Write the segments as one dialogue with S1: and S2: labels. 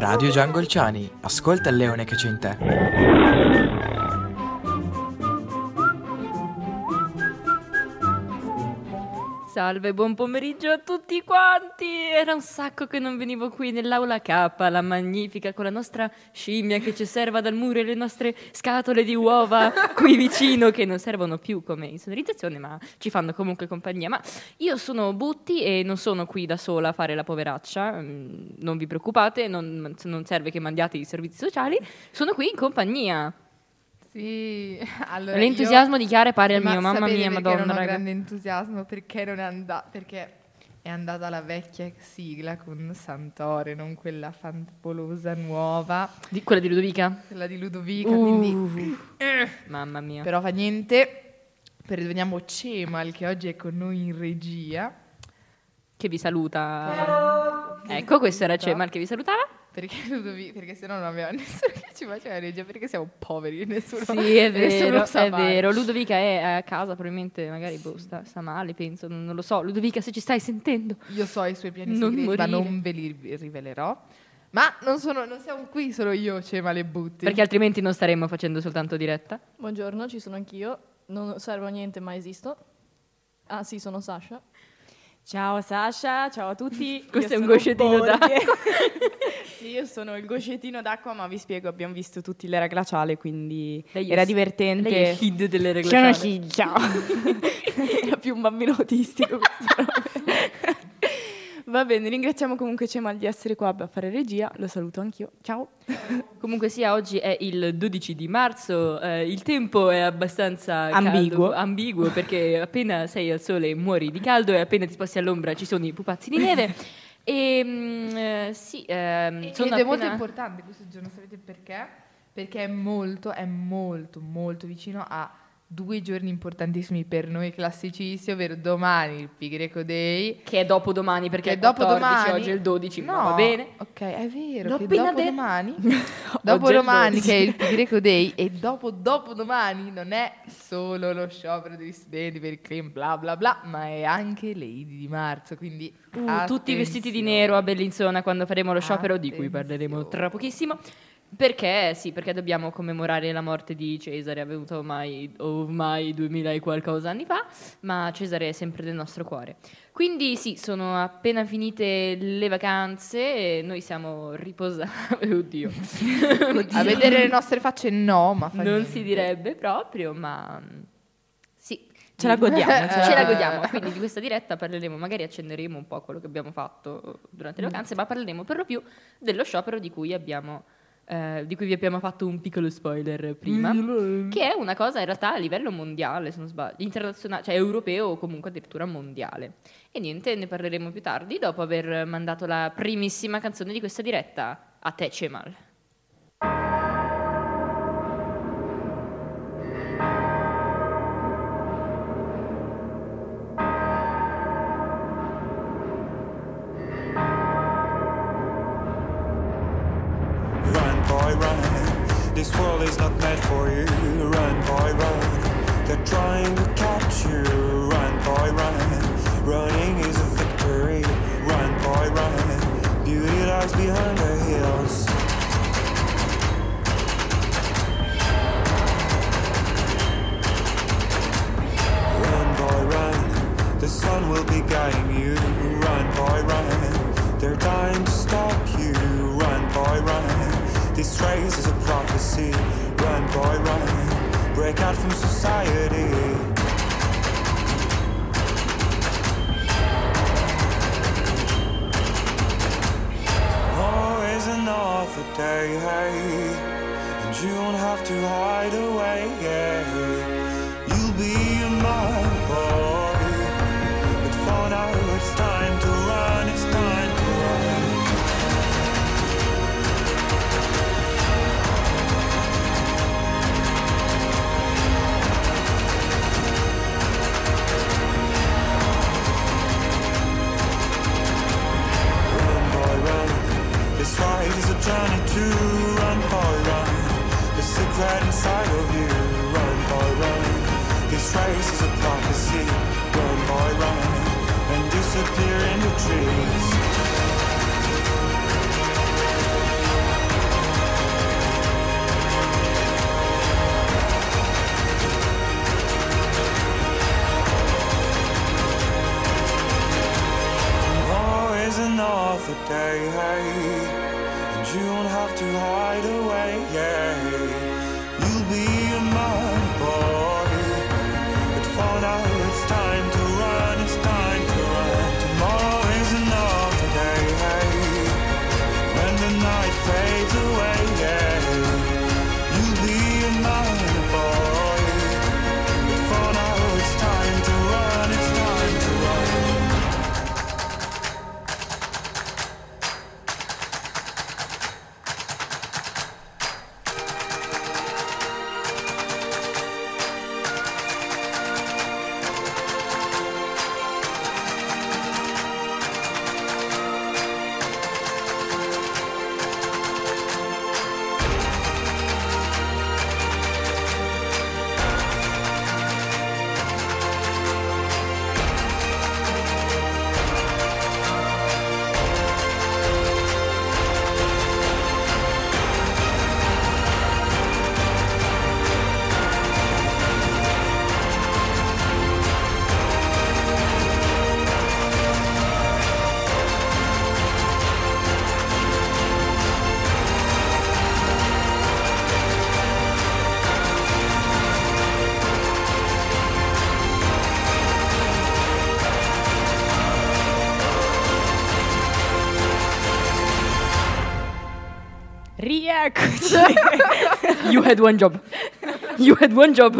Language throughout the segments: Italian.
S1: Radio Giangolciani, ascolta il leone che c'è in te.
S2: Salve, buon pomeriggio a tutti quanti! Era un sacco che non venivo qui nell'aula K, la magnifica, con la nostra scimmia che ci serva dal muro e le nostre scatole di uova qui vicino, che non servono più come insonorizzazione, ma ci fanno comunque compagnia. Ma io sono Butti e non sono qui da sola a fare la poveraccia, non vi preoccupate, non serve che mandiate i servizi sociali, sono qui in compagnia.
S3: Sì, allora
S2: L'entusiasmo di Chiara è pari al mio, mamma
S3: sapete
S2: mia,
S3: perché
S2: madonna,
S3: non ho
S2: raga.
S3: grande entusiasmo perché non è andata, perché è andata la vecchia sigla con Santore, non quella fantolosa nuova,
S2: Quella di Ludovica?
S3: quella di Ludovica, quindi
S2: Mamma mia.
S3: però fa niente. Perdoniamo Cemal che oggi è con noi in regia.
S2: Che vi saluta. Ecco, questo era Cemal che vi salutava.
S3: Perché se no non aveva nessuno che ci faceva regia, perché siamo poveri, nessuno.
S2: Sì, è
S3: nessuno
S2: vero,
S3: lo sa
S2: è
S3: fare.
S2: vero. Ludovica è a casa, probabilmente, magari sta male, penso, non lo so. Ludovica, se ci stai sentendo.
S3: Io so i suoi piani
S2: Non
S3: segreti, ma
S2: morire.
S3: non ve li rivelerò. Ma non siamo qui solo io, Cemal e Butti.
S2: Perché altrimenti non staremmo facendo soltanto diretta.
S4: Buongiorno, ci sono anch'io. Non servo a niente, ma esisto. Ah sì, sono Sasha.
S5: Ciao Sasha, ciao a tutti.
S2: Questo
S5: Io
S2: è un
S5: sono
S2: goscettino
S5: Borghe.
S2: d'acqua.
S5: Sì, io sono il goscettino d'acqua, ma vi spiego, abbiamo visto tutti l'era glaciale, quindi
S2: Lei
S5: era
S2: è-
S5: divertente.
S2: Lei è il kid delle regole.
S5: Sono Sid, ciao. Era più un bambino autistico questo. Va bene, ringraziamo comunque Cemal di essere qua a fare regia, lo saluto anch'io, ciao.
S2: Comunque sia, oggi è il 12 di marzo, il tempo è abbastanza
S5: Ambiguo.
S2: ambiguo perché appena sei al sole muori di caldo e appena ti sposti all'ombra ci sono i pupazzi di neve. E sì,
S3: Ed
S2: sono
S3: è molto
S2: appena...
S3: importante questo giorno, sapete perché? Perché è molto, molto vicino a 2 giorni importantissimi per noi classicisti, ovvero domani il Pi Greco Day.
S2: Che è dopodomani perché
S3: Che
S2: è
S3: dopo
S2: 14,
S3: domani
S2: oggi è il 12,
S3: no,
S2: ma va bene.
S3: Ok, è vero,
S2: L'ho
S3: che
S2: appena
S3: dopodomani
S2: Oggi è il
S3: dopodomani
S2: 12.
S3: che è il Pi Greco Day e dopodomani non è solo lo sciopero degli studenti per il clima bla bla bla, ma è anche Lady di marzo, quindi
S2: Tutti vestiti di
S3: attenzione.
S2: nero a Bellinzona quando faremo lo sciopero di cui parleremo tra pochissimo. Perché sì, perché dobbiamo commemorare la morte di Cesare, avvenuta ormai 2000 e qualcosa anni fa, ma Cesare è sempre nel nostro cuore. Quindi sì, sono appena finite le vacanze e noi siamo riposati. Oddio.
S3: A vedere le nostre facce no, ma fa
S2: Non
S3: niente.
S2: si direbbe proprio, ma sì.
S5: Ce la godiamo,
S2: Ce la godiamo, quindi di questa diretta parleremo, magari accenderemo un po' quello che abbiamo fatto durante le vacanze, ma parleremo per lo più dello sciopero di cui vi abbiamo fatto un piccolo spoiler prima, che è una cosa in realtà a livello mondiale, se non sbaglio, internazionale, cioè europeo o comunque addirittura mondiale. E niente, ne parleremo più tardi, dopo aver mandato la primissima canzone di questa diretta. A te, Cemal.
S6: Run, boy, run. This world is not meant for you. Run, boy, run. They're trying to catch you. Run, boy, run. Running is a victory. Run, boy, run. Beauty lies behind the hills. Run, boy, run. The sun will be guiding you. Run, boy, run. They're dying to stop you. Run, boy, run. This race is a prophecy. Run, boy, run. Break out from society. Always another day, and you don't have to hide away. You'll be a man, boy, but for now it's time to run. It's time to run. Run, boy, run. This ride is a journey to run, boy, run. The secret inside of you. Run, boy, run. This race is a prophecy. Run, boy, run. And disappear in the trees. day, and you won't have to hide away, You'll be a man, boy, but for now it's time to run, it's time to run. Tomorrow is another day, when the night fades away, you'll be a man, boy, but for now it's time to run, it's time to run.
S5: Rieccoci.
S2: You had one job. You had one job.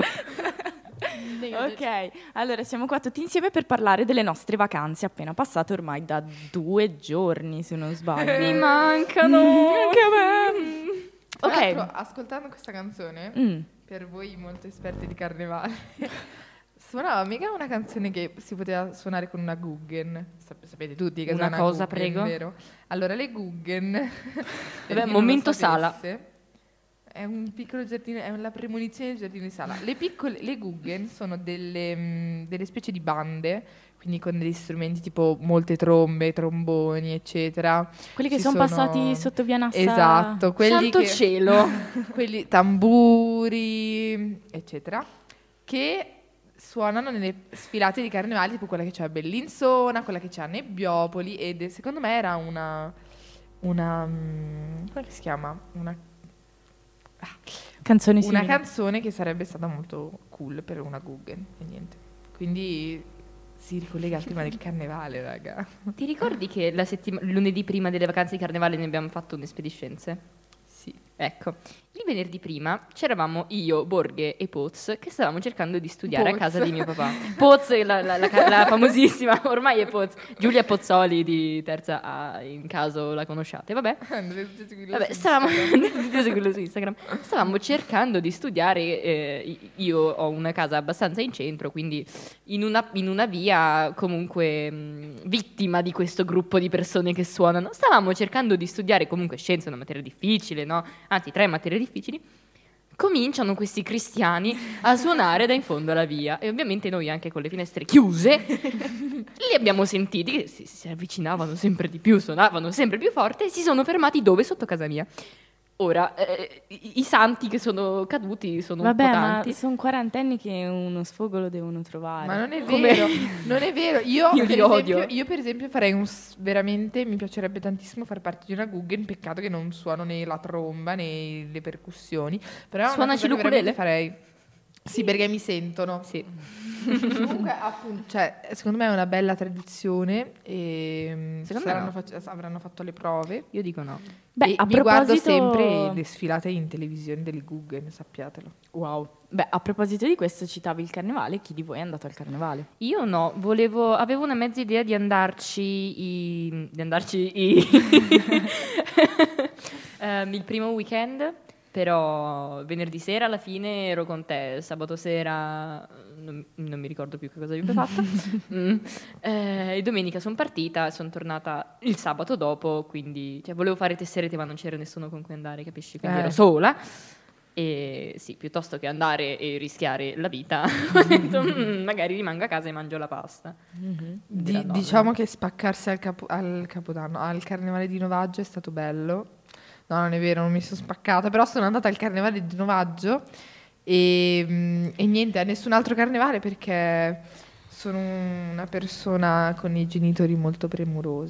S5: Ok, allora siamo qua tutti insieme per parlare delle nostre vacanze appena passate ormai da 2 giorni, se non sbaglio.
S2: Mi mancano.
S5: Anche a me.
S3: Tra
S5: Ok.
S3: l'altro, ascoltando questa canzone, per voi molto esperti di carnevale, suonava mica una canzone che si poteva suonare con una Guggen. Sapete tutti che
S2: Una
S3: è
S2: cosa,
S3: Guggen,
S2: prego?
S3: vero? Allora, le Guggen... per chi non lo
S2: momento Sala.
S3: sapesse, è un piccolo giardino, è la premonizione del giardino di Sala. Le Guggen sono delle specie di bande, quindi con degli strumenti tipo molte trombe, tromboni, eccetera.
S5: Quelli che
S3: Ci
S5: sono passati sotto Via Nassa.
S3: Esatto, quelli
S2: Santo
S3: che...
S2: cielo.
S3: quelli tamburi, eccetera, che suonano nelle sfilate di carnevale, tipo quella che c'è a Bellinzona, quella che c'è a Nebbiopoli, ed secondo me era una come si chiama?
S5: Canzoni
S3: Una
S5: simili.
S3: canzone che sarebbe stata molto cool per una Guggen, e niente. Quindi si ricollega al tema del carnevale, raga.
S2: Ti ricordi che lunedì prima delle vacanze di carnevale ne abbiamo fatto un'espediscenze?
S3: Sì.
S2: Ecco, il venerdì prima c'eravamo io, Borghe e Poz che stavamo cercando di studiare a
S3: Poz.
S2: casa di mio papà. Poz, la famosissima, ormai è Poz, Giulia Pozzoli di terza A, in caso la conosciate, vabbè.
S3: Andate tutti a seguirlo
S2: Vabbè,
S3: su
S2: stavamo
S3: Instagram.
S2: andate a seguirlo su Instagram. Stavamo cercando di studiare. Io ho una casa abbastanza in centro, quindi in una via comunque vittima di questo gruppo di persone che suonano. Stavamo cercando di studiare comunque scienza, una materia difficile, no? Anzi, 3 materie difficili. Cominciano questi cristiani a suonare da in fondo alla via e ovviamente noi anche con le finestre chiuse li abbiamo sentiti che si avvicinavano sempre di più, suonavano sempre più forte e si sono fermati dove? Sotto casa mia. Ora, i santi che sono caduti sono
S5: Vabbè,
S2: un po'
S5: ma
S2: tanti.
S5: sono quarantenni che uno sfogo lo devono trovare.
S3: Ma non è
S2: Come-
S3: vero, non è vero. Io,
S2: Io li odio.
S3: io per esempio farei veramente, mi piacerebbe tantissimo far parte di una Guggen, peccato che non suono né la tromba né le percussioni, però è una
S2: Suonaci
S3: cosa che
S2: l'ukulele?
S3: veramente farei. Sì, perché mi sentono.
S2: Sì.
S3: Comunque, appunto, cioè, secondo me è una bella tradizione e
S2: Secondo me no.
S3: avranno fatto le prove.
S2: Io dico no.
S5: Beh,
S3: e
S5: a
S3: mi guardo
S5: proposito...
S3: sempre le sfilate in televisione delle Guggen, sappiatelo.
S5: Wow. Beh, a proposito di questo, citavi il carnevale. Chi di voi è andato al carnevale?
S2: Io no, avevo una mezza idea di andarci il primo weekend, però venerdì sera alla fine ero con te, sabato sera non mi ricordo più che cosa avevo fatto. E domenica sono partita, sono tornata il sabato dopo, quindi volevo fare tesserete ma non c'era nessuno con cui andare, capisci? Quindi ero sola. E sì, piuttosto che andare e rischiare la vita, ho detto magari rimango a casa e mangio la pasta. Della nonna.
S3: Diciamo che spaccarsi al Capodanno, al Carnevale di Novaggio è stato bello. No, non è vero, non mi sono spaccata, però sono andata al Carnevale di Novaggio e niente, a nessun altro carnevale perché sono una persona con i genitori molto premurosi,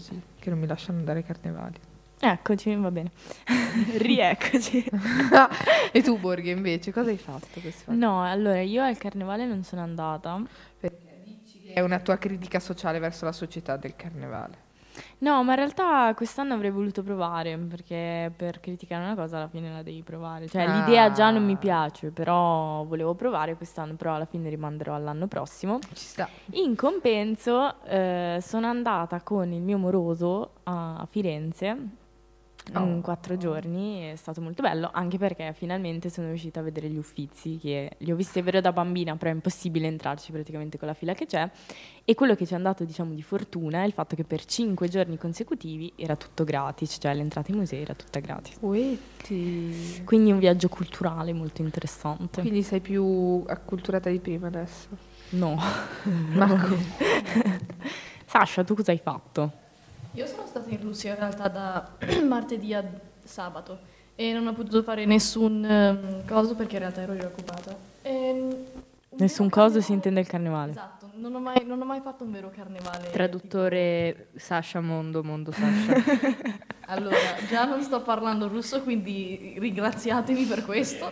S3: che non mi lasciano andare ai carnevali.
S5: Eccoci, va bene. Rieccoci.
S3: E tu, Borghi, invece, cosa hai fatto quest'anno?
S5: No, allora io al carnevale non sono andata.
S3: Perché dici che è una tua critica sociale verso la società del carnevale?
S5: No, ma in realtà quest'anno avrei voluto provare, perché per criticare una cosa alla fine la devi provare. Cioè l'idea già non mi piace, però volevo provare quest'anno, però alla fine rimanderò all'anno prossimo.
S3: Ci sta.
S5: In compenso sono andata con il mio moroso a Firenze. 4 giorni, è stato molto bello, anche perché finalmente sono riuscita a vedere gli Uffizi, che li ho visti vero da bambina, però è impossibile entrarci praticamente con la fila che c'è, e quello che ci è andato, diciamo, di fortuna è il fatto che per 5 giorni consecutivi era tutto gratis, cioè l'entrata ai musei era tutta gratis.
S3: Uetti.
S5: Quindi un viaggio culturale molto interessante.
S3: Quindi sei più acculturata di prima adesso?
S5: No.
S3: Marco.
S5: Sasha, tu cosa hai fatto?
S4: Io sono stata in Russia in realtà da martedì a sabato e non ho potuto fare nessun coso perché in realtà ero occupata.
S5: Nessun coso si intende il carnevale.
S4: Esatto, non ho mai fatto un vero carnevale.
S2: Traduttore Sasha Mondo Sasha.
S4: Allora, già non sto parlando russo, quindi ringraziatemi per questo.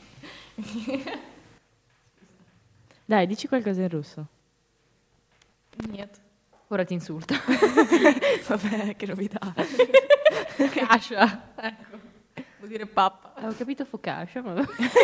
S5: Dai, dici qualcosa in russo.
S4: Niente.
S2: Ora ti insulta.
S5: Vabbè, che novità.
S4: Kasha, ecco, vuol dire pappa.
S2: Ho capito focaccia, ma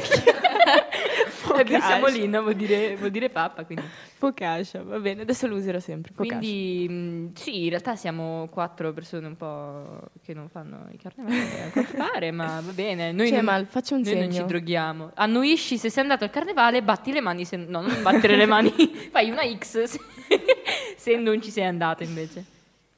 S2: siamo lì, no? Vuol dire pappa, quindi.
S5: Focaccia, va bene, adesso lo userò sempre. Focaccia.
S2: Quindi sì, in realtà siamo 4 persone un po' che non fanno i carnevali, a quanto pare, ma va bene. Noi,
S5: Cemal, faccio un
S2: noi non ci
S5: segno.
S2: droghiamo. Annuisci se sei andato al carnevale, batti le mani, no, non battere le mani, fai una X se non ci sei andato invece.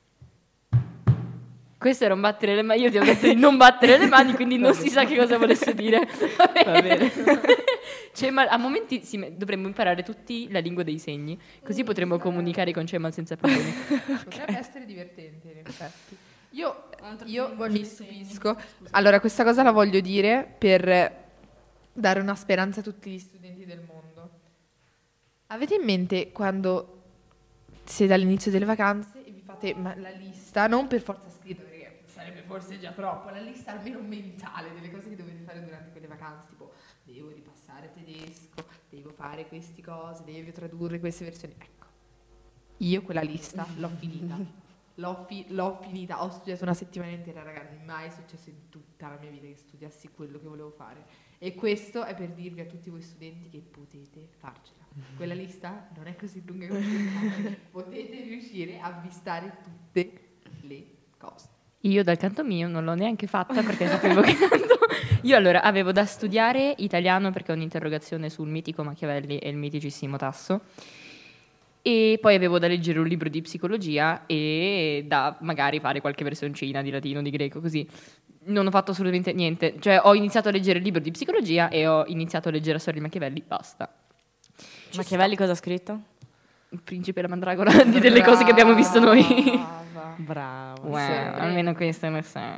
S2: Questo era un battere le mani, io ti ho detto di non battere le mani, quindi non si sa che cosa volesse dire. Va bene. Cemal, a momenti dovremmo imparare tutti la lingua dei segni, così potremmo comunicare con Cemal senza problemi.
S3: Potrebbe essere divertente, in effetti. Io mi stupisco. Allora, questa cosa la voglio dire per dare una speranza a tutti gli studenti del mondo. Avete in mente quando siete all'inizio delle vacanze e vi fate la lista, non per forza scritta, perché sarebbe forse già troppo, la lista almeno mentale delle cose che dovete fare durante quelle vacanze, tipo devo ripassare tedesco, devo fare queste cose, devo tradurre queste versioni. Ecco, io quella lista l'ho finita. L'ho finita, ho studiato una settimana intera, ragazzi, mai è successo in tutta la mia vita che studiassi quello che volevo fare. E questo è per dirvi a tutti voi studenti che potete farcela. Quella lista non è così lunga come pensate, potete riuscire a avvistare tutte le cose.
S2: Io dal canto mio non l'ho neanche fatta perché sapevo che tanto... Io allora avevo da studiare italiano perché ho un'interrogazione sul mitico Machiavelli e il miticissimo Tasso. E poi avevo da leggere un libro di psicologia e da magari fare qualche versioncina di latino, di greco, così. Non ho fatto assolutamente niente. Cioè, ho iniziato a leggere il libro di psicologia e ho iniziato a leggere la storia di Machiavelli, basta.
S5: Machiavelli cosa ha scritto?
S2: Il principe e la mandragola, di delle cose che abbiamo visto noi.
S5: Bravo.
S2: Almeno questo lo so.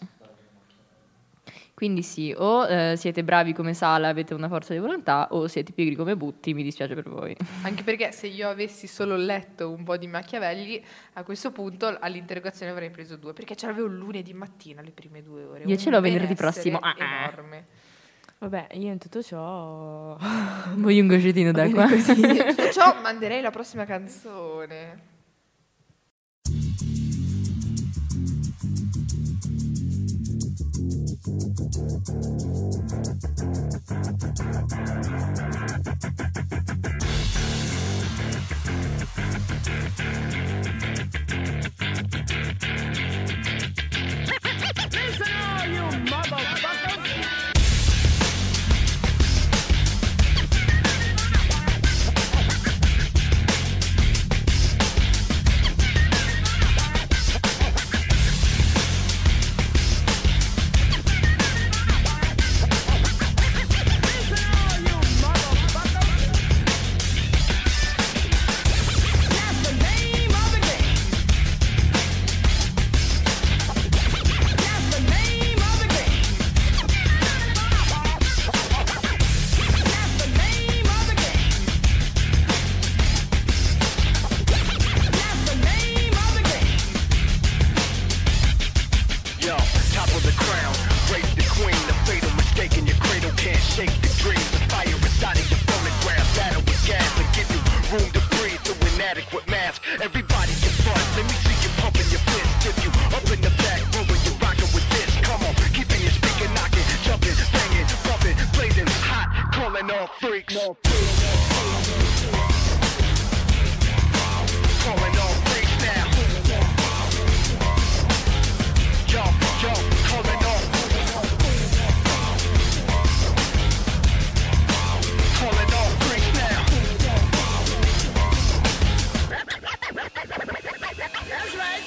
S2: Quindi sì, o siete bravi come Sala, avete una forza di volontà, o siete pigri come Butti, mi dispiace per voi.
S3: Anche perché se io avessi solo letto un po' di Machiavelli, a questo punto all'interrogazione avrei preso 2, perché ce l'avevo lunedì mattina le prime 2 ore.
S2: Io ce l'ho venerdì prossimo.
S3: Enorme.
S5: Vabbè, io in tutto ciò...
S2: Voglio un goccettino d'acqua.
S3: In tutto ciò manderei la prossima canzone.
S7: stick with mask. Everybody get front, let me see you pumping your fist. If you up in the back row when you're rocking with this, come on, keeping your speaker knocking, jumping, banging, bumping, blazing hot, calling all freaks. Calling all freaks now. Yo, calling all. Calling all freaks now. That's right.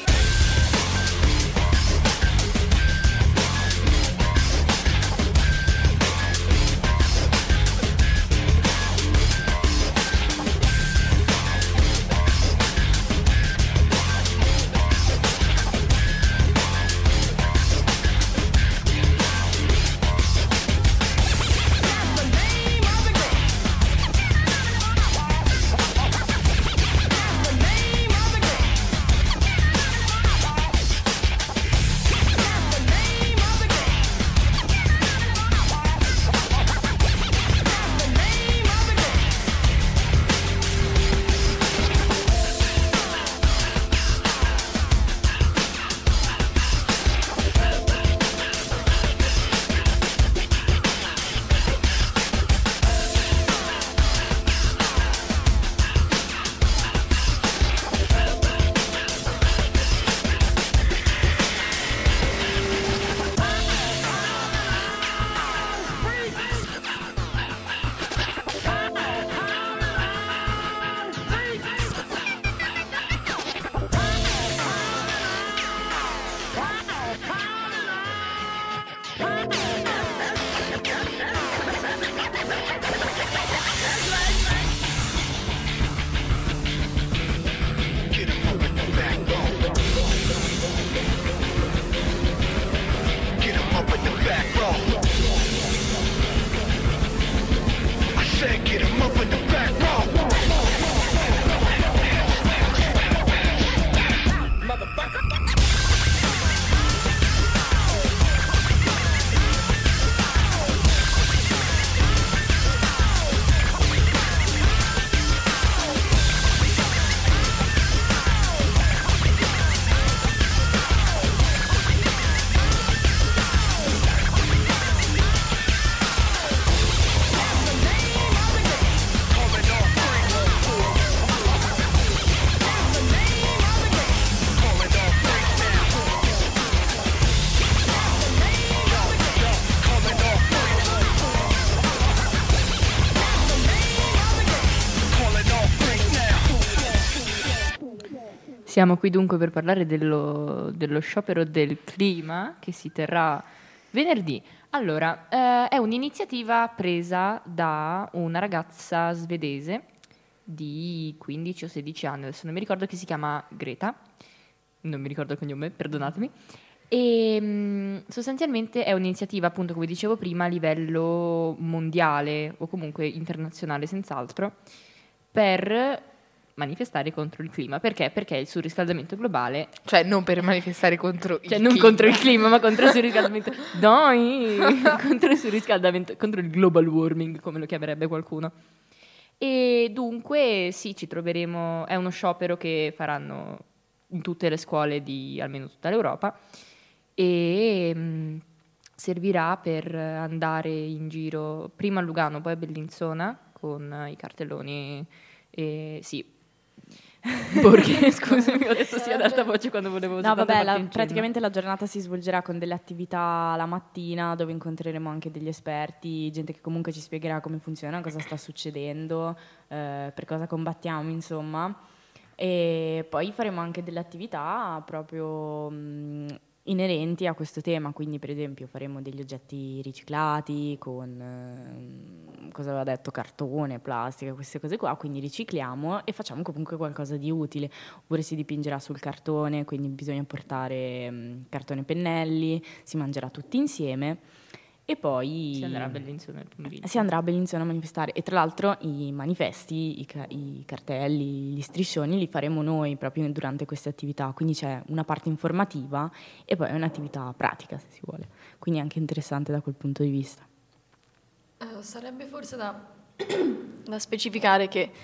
S2: Siamo qui dunque per parlare dello sciopero del clima che si terrà venerdì. Allora, è un'iniziativa presa da una ragazza svedese di 15 o 16 anni, adesso non mi ricordo, che si chiama Greta, non mi ricordo il cognome, perdonatemi. E sostanzialmente è un'iniziativa, appunto, come dicevo prima, a livello mondiale o comunque internazionale senz'altro, per manifestare contro il clima. Perché? Perché il surriscaldamento globale...
S3: Cioè non per manifestare contro il clima.
S2: non contro il clima, ma contro il surriscaldamento... contro il surriscaldamento, contro il global warming, come lo chiamerebbe qualcuno. E dunque sì, ci troveremo... È uno sciopero che faranno in tutte le scuole di almeno tutta l'Europa e servirà per andare in giro prima a Lugano, poi a Bellinzona con i cartelloni. Sì. Perché, scusami, ho detto sì ad alta voce quando volevo...
S5: No, vabbè, praticamente la giornata si svolgerà con delle attività la mattina, dove incontreremo anche degli esperti, gente che comunque ci spiegherà come funziona, cosa sta succedendo, per cosa combattiamo, insomma. E poi faremo anche delle attività proprio inerenti a questo tema, quindi per esempio faremo degli oggetti riciclati con, cosa aveva detto, cartone, plastica, queste cose qua, quindi ricicliamo e facciamo comunque qualcosa di utile, oppure si dipingerà sul cartone, quindi bisogna portare cartone e pennelli, si mangerà tutti insieme e poi
S2: si andrà a Bellinzona il pomeriggio.
S5: Si andrà a Bellinzona a manifestare e tra l'altro i manifesti, i cartelli, gli striscioni li faremo noi proprio durante queste attività, quindi c'è una parte informativa e poi un'attività pratica se si vuole, quindi è anche interessante da quel punto di vista.
S4: Sarebbe forse da specificare che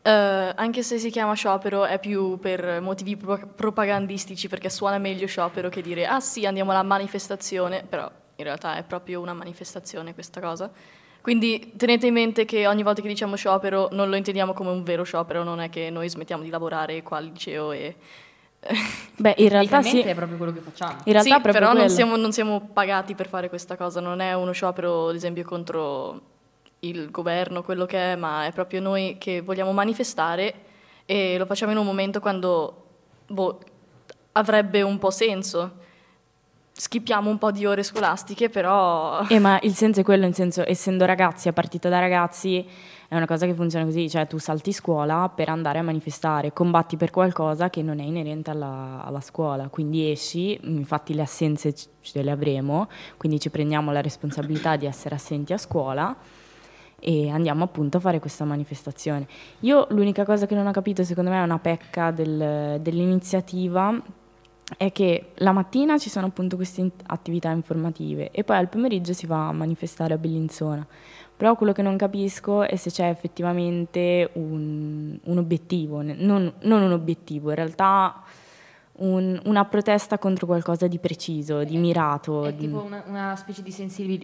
S4: Anche se si chiama sciopero è più per motivi propagandistici, perché suona meglio sciopero che dire ah sì, andiamo alla manifestazione, però in realtà è proprio una manifestazione questa cosa. Quindi tenete in mente che ogni volta che diciamo sciopero non lo intendiamo come un vero sciopero, non è che noi smettiamo di lavorare qua al liceo e...
S5: Beh, in realtà sì,
S2: è proprio quello che facciamo.
S5: in realtà
S4: sì,
S5: è proprio
S4: però
S5: quello.
S4: non siamo pagati per fare questa cosa, non è uno sciopero ad esempio contro il governo, quello che è, ma è proprio noi che vogliamo manifestare e lo facciamo in un momento quando avrebbe un po' senso. Schippiamo un po' di ore scolastiche, però...
S5: Ma il senso è quello, nel senso, essendo ragazzi, a partita da ragazzi, è una cosa che funziona così, cioè tu salti scuola per andare a manifestare, combatti per qualcosa che non è inerente alla scuola, quindi esci, infatti le assenze ce le avremo, quindi ci prendiamo la responsabilità di essere assenti a scuola e andiamo appunto a fare questa manifestazione. Io l'unica cosa che non ho capito, secondo me è una pecca dell'iniziativa, è che la mattina ci sono appunto queste attività informative e poi al pomeriggio si va a manifestare a Bellinzona. Però quello che non capisco è se c'è effettivamente un obiettivo, non un obiettivo, in realtà una protesta contro qualcosa di preciso, di mirato.
S2: È tipo una specie di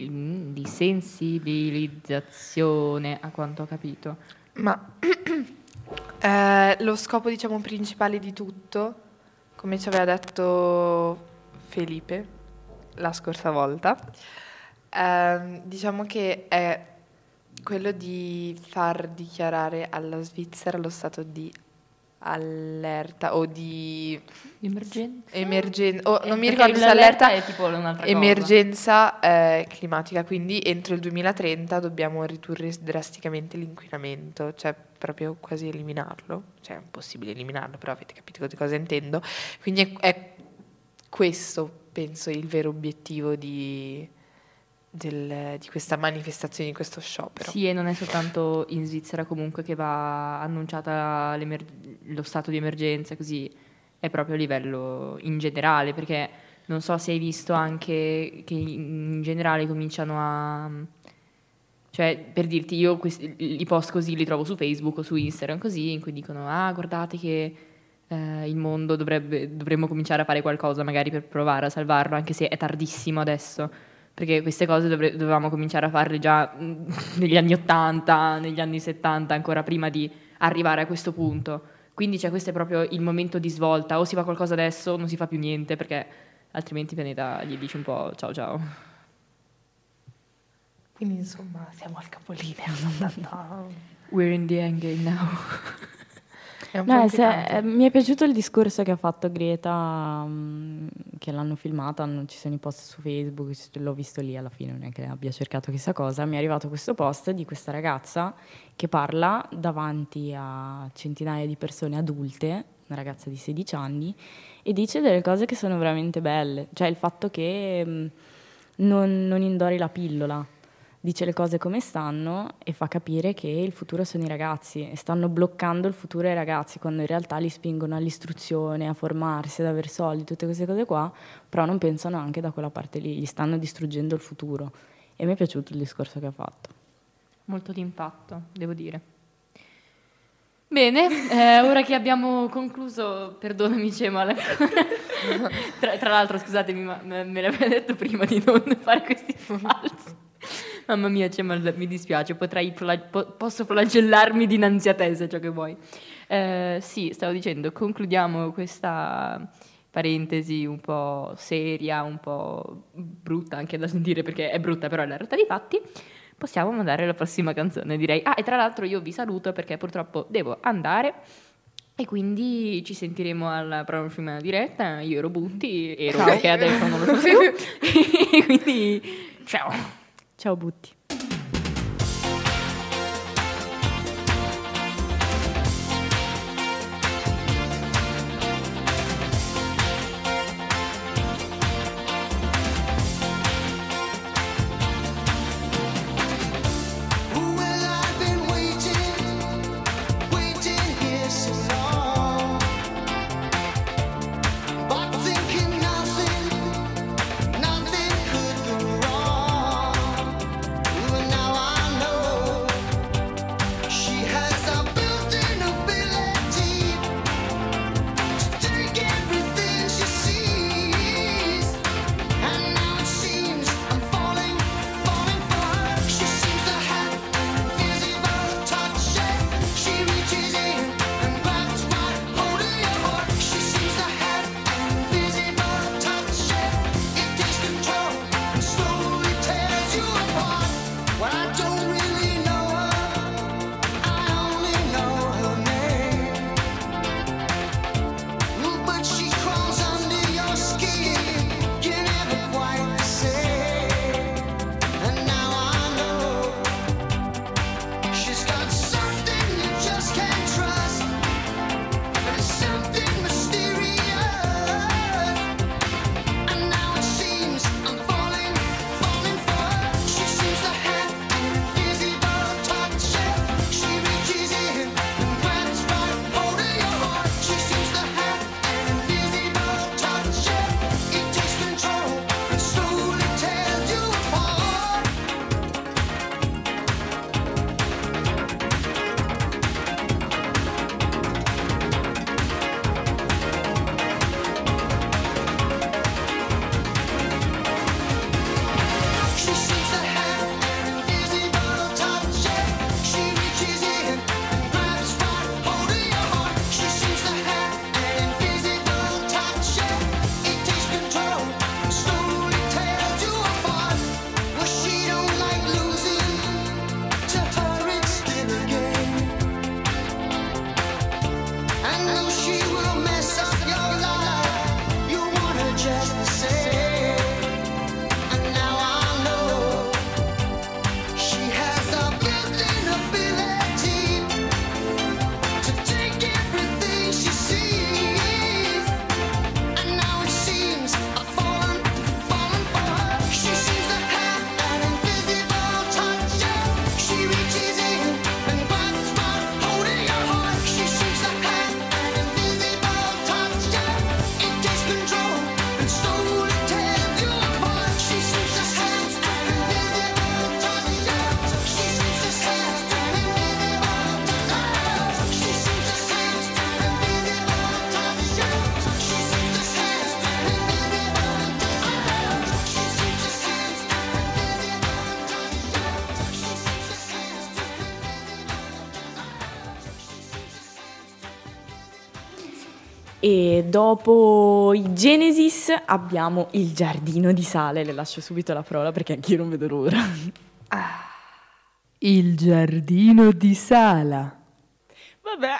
S2: sensibilizzazione, a quanto ho capito.
S3: Ma lo scopo, diciamo, principale di tutto, come ci aveva detto Felipe la scorsa volta, diciamo che è quello di far dichiarare alla Svizzera lo stato di allerta o di emergenza, non mi ricordo se allerta
S2: è tipo un'altra
S3: emergenza climatica, quindi entro il 2030 dobbiamo ridurre drasticamente l'inquinamento, cioè proprio quasi eliminarlo, cioè è impossibile eliminarlo, però avete capito di cosa intendo, quindi è questo, penso, il vero obiettivo di questa manifestazione, di questo sciopero.
S2: Sì, e non è soltanto in Svizzera comunque che va annunciata lo stato di emergenza, così è proprio a livello in generale, perché non so se hai visto anche che in generale cominciano a... Cioè, per dirti, io i post così li trovo su Facebook o su Instagram così, in cui dicono guardate che il mondo dovremmo cominciare a fare qualcosa magari per provare a salvarlo, anche se è tardissimo adesso. Perché queste cose dovevamo cominciare a farle già negli anni 80, negli anni 70, ancora prima di arrivare a questo punto. Quindi questo è proprio il momento di svolta, o si fa qualcosa adesso o non si fa più niente, perché altrimenti il pianeta gli dice un po' ciao ciao.
S3: Quindi insomma siamo al capolinea.
S2: We're in the end game now.
S5: Mi è piaciuto il discorso che ha fatto Greta, che l'hanno filmata, ci sono i post su Facebook, l'ho visto lì alla fine, non è che abbia cercato chissà cosa. Mi è arrivato questo post di questa ragazza che parla davanti a centinaia di persone adulte, una ragazza di 16 anni, e dice delle cose che sono veramente belle, cioè il fatto che non indori la pillola. Dice le cose come stanno e fa capire che il futuro sono i ragazzi e stanno bloccando il futuro ai ragazzi quando in realtà li spingono all'istruzione, a formarsi, ad avere soldi, tutte queste cose qua, però non pensano anche da quella parte lì, gli stanno distruggendo il futuro. E mi è piaciuto il discorso che ha fatto.
S2: Molto d'impatto, devo dire. Bene, ora che abbiamo concluso, perdonami Cemal, tra l'altro scusatemi ma me l'avete detto prima di non fare questi falsi. Mamma mia, mi dispiace, posso flagellarmi dinanzi a te se ciò che vuoi. Sì, stavo dicendo, concludiamo questa parentesi un po' seria, un po' brutta anche da sentire, perché è brutta però è la realtà dei fatti. Possiamo mandare la prossima canzone, direi. E tra l'altro io vi saluto perché purtroppo devo andare e quindi ci sentiremo alla prossima diretta. Io ero Butti, perché adesso non lo so più. E quindi ciao.
S5: Ciao Butti. E dopo i Genesis abbiamo Il giardino di sale. Le lascio subito la parola perché anch'io non vedo l'ora.
S3: Il giardino di Sala.
S5: Vabbè.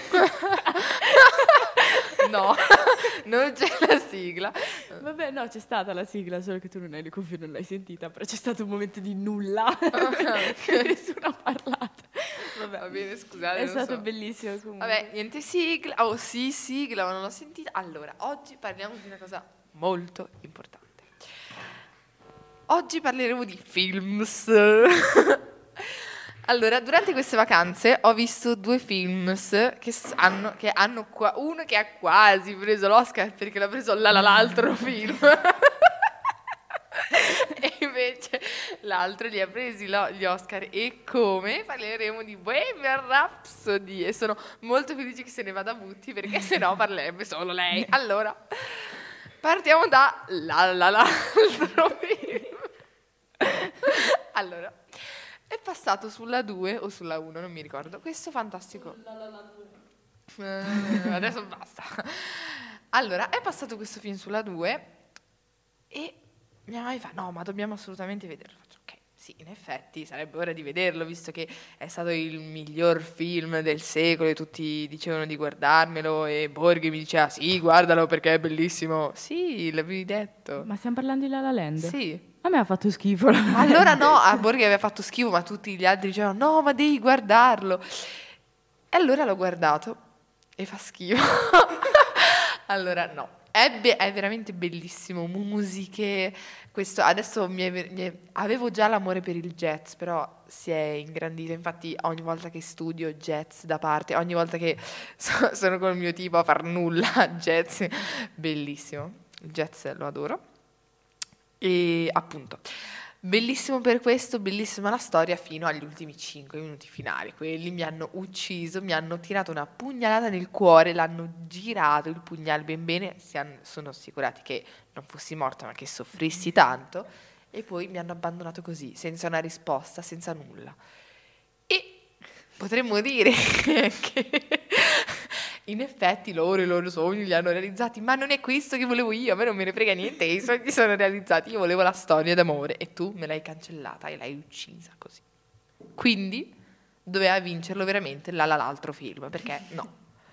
S3: No, non c'è la sigla.
S5: Vabbè, no, c'è stata la sigla, solo che tu non hai le cuffie, non l'hai sentita, però c'è stato un momento di nulla. Nessuno ha parlato. Vabbè,
S3: Va bene, scusate.
S5: è
S3: non
S5: stato
S3: so.
S5: bellissimo comunque.
S3: Vabbè, niente sigla. Oh sì, sigla, ma non l'ho sentita. Allora, oggi parliamo di una cosa molto importante. Oggi parleremo di films. Allora, durante queste vacanze ho visto 2 films che hanno uno che ha quasi preso l'Oscar perché l'ha preso l'altro film. E invece l'altro li ha presi gli Oscar. E come? Parleremo di Bohemian Rhapsody. E sono molto felice che se ne vada a Butti perché sennò parlerebbe solo lei. Allora, partiamo da l'altro film. Allora, è passato sulla 2 o sulla 1, non mi ricordo. Questo fantastico. Adesso basta. Allora, è passato questo film sulla 2 e mia mamma mi fa: no, ma dobbiamo assolutamente vederlo. Faccio: ok, sì, in effetti sarebbe ora di vederlo, visto che è stato il miglior film del secolo e tutti dicevano di guardarmelo e Borghi mi diceva: sì, guardalo perché è bellissimo. Sì, l'avevi detto.
S5: Ma stiamo parlando di La La Land?
S3: Sì.
S5: A me ha fatto schifo La La Land.
S3: Allora no, a Borghi aveva fatto schifo, ma tutti gli altri dicevano: no, ma devi guardarlo. E allora l'ho guardato e fa schifo. Allora no, è veramente bellissimo, musiche, questo adesso avevo già l'amore per il jazz, però si è ingrandito, infatti ogni volta che studio jazz da parte, ogni volta che sono con il mio tipo a far nulla, jazz, bellissimo, il jazz lo adoro. E appunto, bellissimo per questo, bellissima la storia fino agli ultimi 5 minuti finali. Quelli mi hanno ucciso, mi hanno tirato una pugnalata nel cuore, l'hanno girato il pugnale ben bene, sono assicurati che non fossi morta ma che soffrissi tanto, e poi mi hanno abbandonato così, senza una risposta, senza nulla. E potremmo dire che in effetti i loro sogni li hanno realizzati, ma non è questo che volevo io, a me non me ne frega niente, i sogni sono realizzati, io volevo la storia d'amore e tu me l'hai cancellata e l'hai uccisa così. Quindi doveva vincerlo veramente l'altro film, perché no.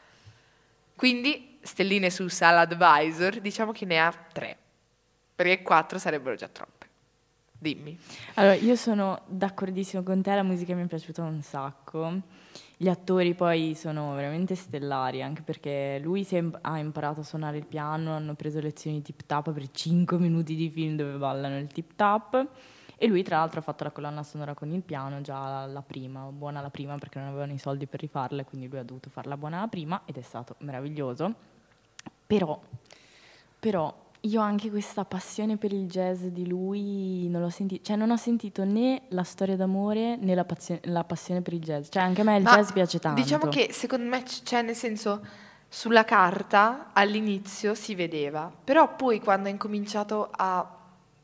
S3: Quindi stelline su SalaAdvisor, diciamo che ne ha 3, perché 4 sarebbero già troppe. Dimmi.
S5: Allora, io sono d'accordissimo con te, la musica mi è piaciuta un sacco. Gli attori poi sono veramente stellari, anche perché lui ha imparato a suonare il piano, hanno preso lezioni di tip tap per 5 minuti di film dove ballano il tip tap, e lui tra l'altro ha fatto la colonna sonora con il piano, già la prima, buona la prima perché non avevano i soldi per rifarla, quindi lui ha dovuto farla buona la prima ed è stato meraviglioso. Però io anche questa passione per il jazz di lui non l'ho sentito, cioè non ho sentito né la storia d'amore né la passione per il jazz, cioè anche a me il jazz piace tanto.
S3: Diciamo che secondo me cioè nel senso, sulla carta all'inizio si vedeva, però poi quando ha incominciato a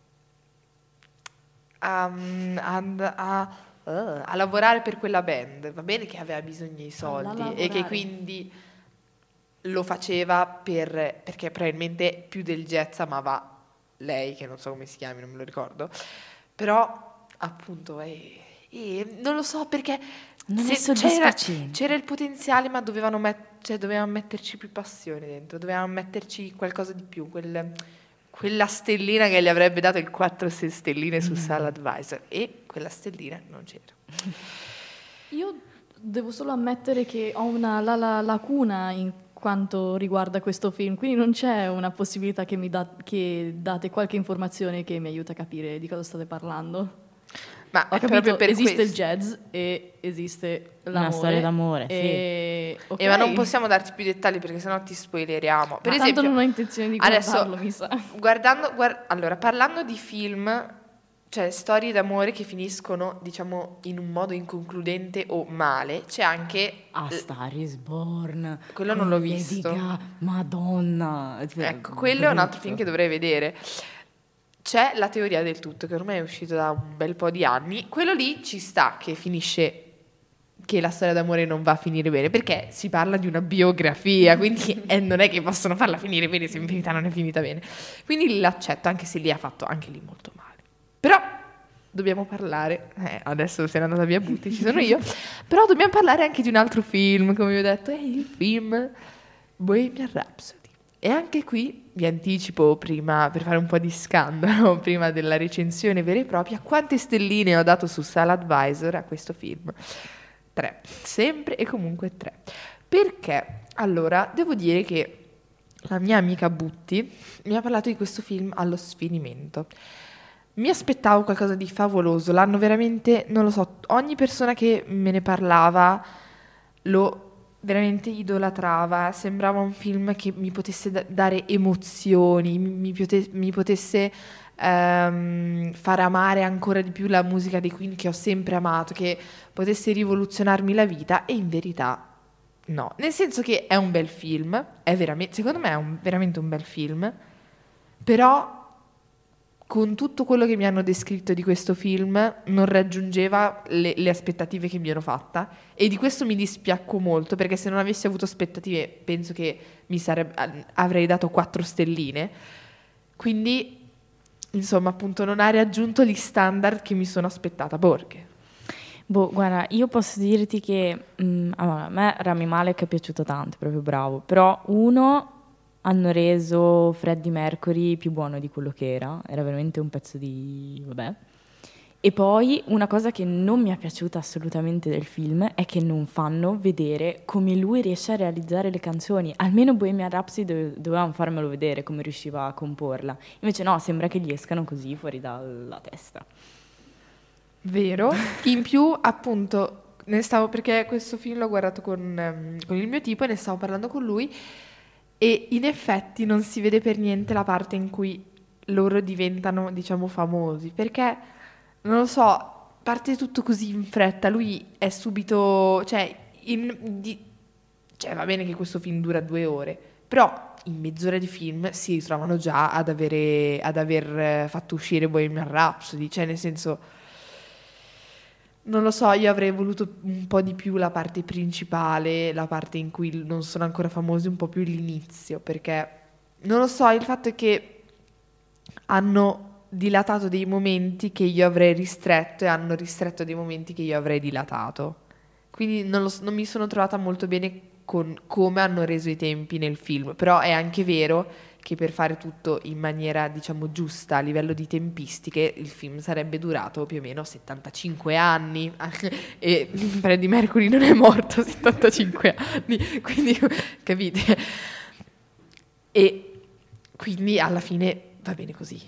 S3: lavorare per quella band, va bene che aveva bisogno di soldi e che quindi lo faceva perché probabilmente più del jazz amava lei, che non so come si chiami, non me lo ricordo, però appunto non lo so perché
S5: non è soddisfacente.
S3: c'era il potenziale, ma dovevano metterci più passione dentro, dovevano metterci qualcosa di più, quella stellina che gli avrebbe dato il 4 stelline su SalaAdvisor, e quella stellina non c'era.
S4: Io devo solo ammettere che ho una lacuna in quanto riguarda questo film, quindi non c'è una possibilità che date qualche informazione che mi aiuta a capire di cosa state parlando.
S3: Ma
S4: Ho
S3: è
S4: capito,
S3: proprio per
S4: esiste il
S3: questo.
S4: jazz e esiste l'amore.
S5: Una storia d'amore,
S4: e... ok.
S3: Ma non possiamo darti più dettagli perché sennò ti spoileriamo. Per
S4: Ma
S3: esempio,
S4: tanto non ho intenzione di
S3: adesso,
S4: guardarlo, mi sa.
S3: Allora, parlando di film, cioè storie d'amore che finiscono, diciamo, in un modo inconcludente o male, c'è anche
S5: A Star is Born.
S3: Quello non l'ho
S5: con Lady
S3: visto.
S5: Gaga, Madonna.
S3: Ecco, quello è un altro film che dovrei vedere. C'è La teoria del tutto, che ormai è uscito da un bel po' di anni. Quello lì ci sta, che finisce che la storia d'amore non va a finire bene, perché si parla di una biografia, quindi non è che possono farla finire bene se in verità non è finita bene. Quindi l'accetto, anche se lì ha fatto anche lì molto male. Però dobbiamo parlare, adesso se n'è andata via Butti, ci sono io, però dobbiamo parlare anche di un altro film, come vi ho detto, è il film Bohemian Rhapsody. E anche qui vi anticipo prima, per fare un po' di scandalo, prima della recensione vera e propria, quante stelline ho dato su SalaAdvisor a questo film. 3, sempre e comunque 3. Perché? Allora, devo dire che la mia amica Butti mi ha parlato di questo film allo sfinimento. Mi aspettavo qualcosa di favoloso, l'hanno veramente, non lo so, ogni persona che me ne parlava lo veramente idolatrava, sembrava un film che mi potesse dare emozioni, mi potesse far amare ancora di più la musica dei Queen che ho sempre amato, che potesse rivoluzionarmi la vita, e in verità no, nel senso che è un bel film, è veramente, secondo me è veramente un bel film, però con tutto quello che mi hanno descritto di questo film non raggiungeva le aspettative che mi ero fatta, e di questo mi dispiacco molto, perché se non avessi avuto aspettative penso che avrei dato 4 stelline, quindi insomma appunto non ha raggiunto gli standard che mi sono aspettata. Borghe.
S5: Guarda, io posso dirti che allora, a me Rami Malek è piaciuto tanto, è proprio bravo, però hanno reso Freddie Mercury più buono di quello che era veramente un pezzo di... vabbè. E poi una cosa che non mi è piaciuta assolutamente del film è che non fanno vedere come lui riesce a realizzare le canzoni. Almeno Bohemian Rhapsody dovevano farmelo vedere come riusciva a comporla. Invece no, sembra che gli escano così fuori dalla testa.
S3: Vero. In più, appunto, perché questo film l'ho guardato con il mio tipo e ne stavo parlando con lui, e in effetti non si vede per niente la parte in cui loro diventano, diciamo, famosi, perché, non lo so, parte tutto così in fretta, lui è subito, cioè va bene che questo film dura 2 ore, però in mezz'ora di film si ritrovano già ad aver fatto uscire Bohemian Rhapsody, cioè nel senso... Non lo so, io avrei voluto un po' di più la parte principale, la parte in cui non sono ancora famosi, un po' più l'inizio, perché, non lo so, il fatto è che hanno dilatato dei momenti che io avrei ristretto e hanno ristretto dei momenti che io avrei dilatato. Quindi non mi sono trovata molto bene con come hanno reso i tempi nel film, però è anche vero che per fare tutto in maniera, diciamo, giusta a livello di tempistiche, il film sarebbe durato più o meno 75 anni e Freddie Mercury non è morto a 75 anni, quindi capite? E quindi alla fine va bene così.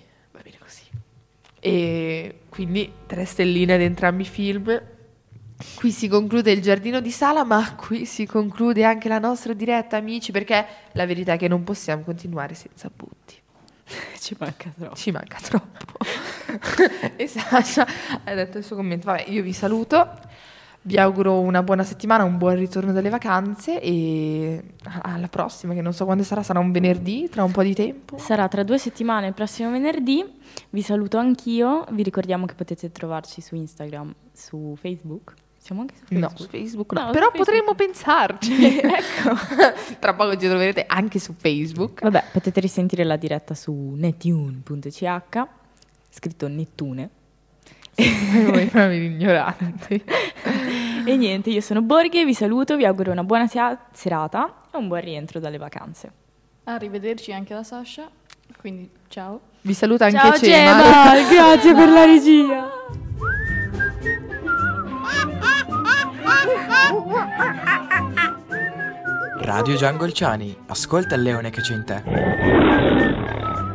S3: E quindi 3 stelline ad entrambi i film. Qui si conclude il giardino di Sala, ma qui si conclude anche la nostra diretta, amici, perché la verità è che non possiamo continuare senza Butti.
S5: Ci manca troppo.
S3: Ci manca troppo. E Sasha ha detto il suo commento. Vabbè, io vi saluto, vi auguro una buona settimana, un buon ritorno dalle vacanze e alla prossima, che non so quando sarà un venerdì, tra un po' di tempo.
S5: Sarà tra 2 settimane, il prossimo venerdì. Vi saluto anch'io, vi ricordiamo che potete trovarci su Instagram, su Facebook. Siamo anche su Facebook?
S3: No, su Facebook no,
S5: No,
S3: però
S5: su Facebook.
S3: potremmo pensarci. Ecco, tra poco ci troverete anche su Facebook.
S5: Vabbè, potete risentire la diretta su netune.ch, scritto Nettune.
S3: Voi bravi ignoranti.
S5: E niente, io sono Borghe, vi saluto, vi auguro una buona serata e un buon rientro dalle vacanze.
S4: Arrivederci anche da Sasha, quindi ciao.
S3: Vi saluta anche
S5: Ciao
S3: Cema.
S5: Cema, grazie per la regia.
S1: Radio Giangolciani, ascolta il leone che c'è in te.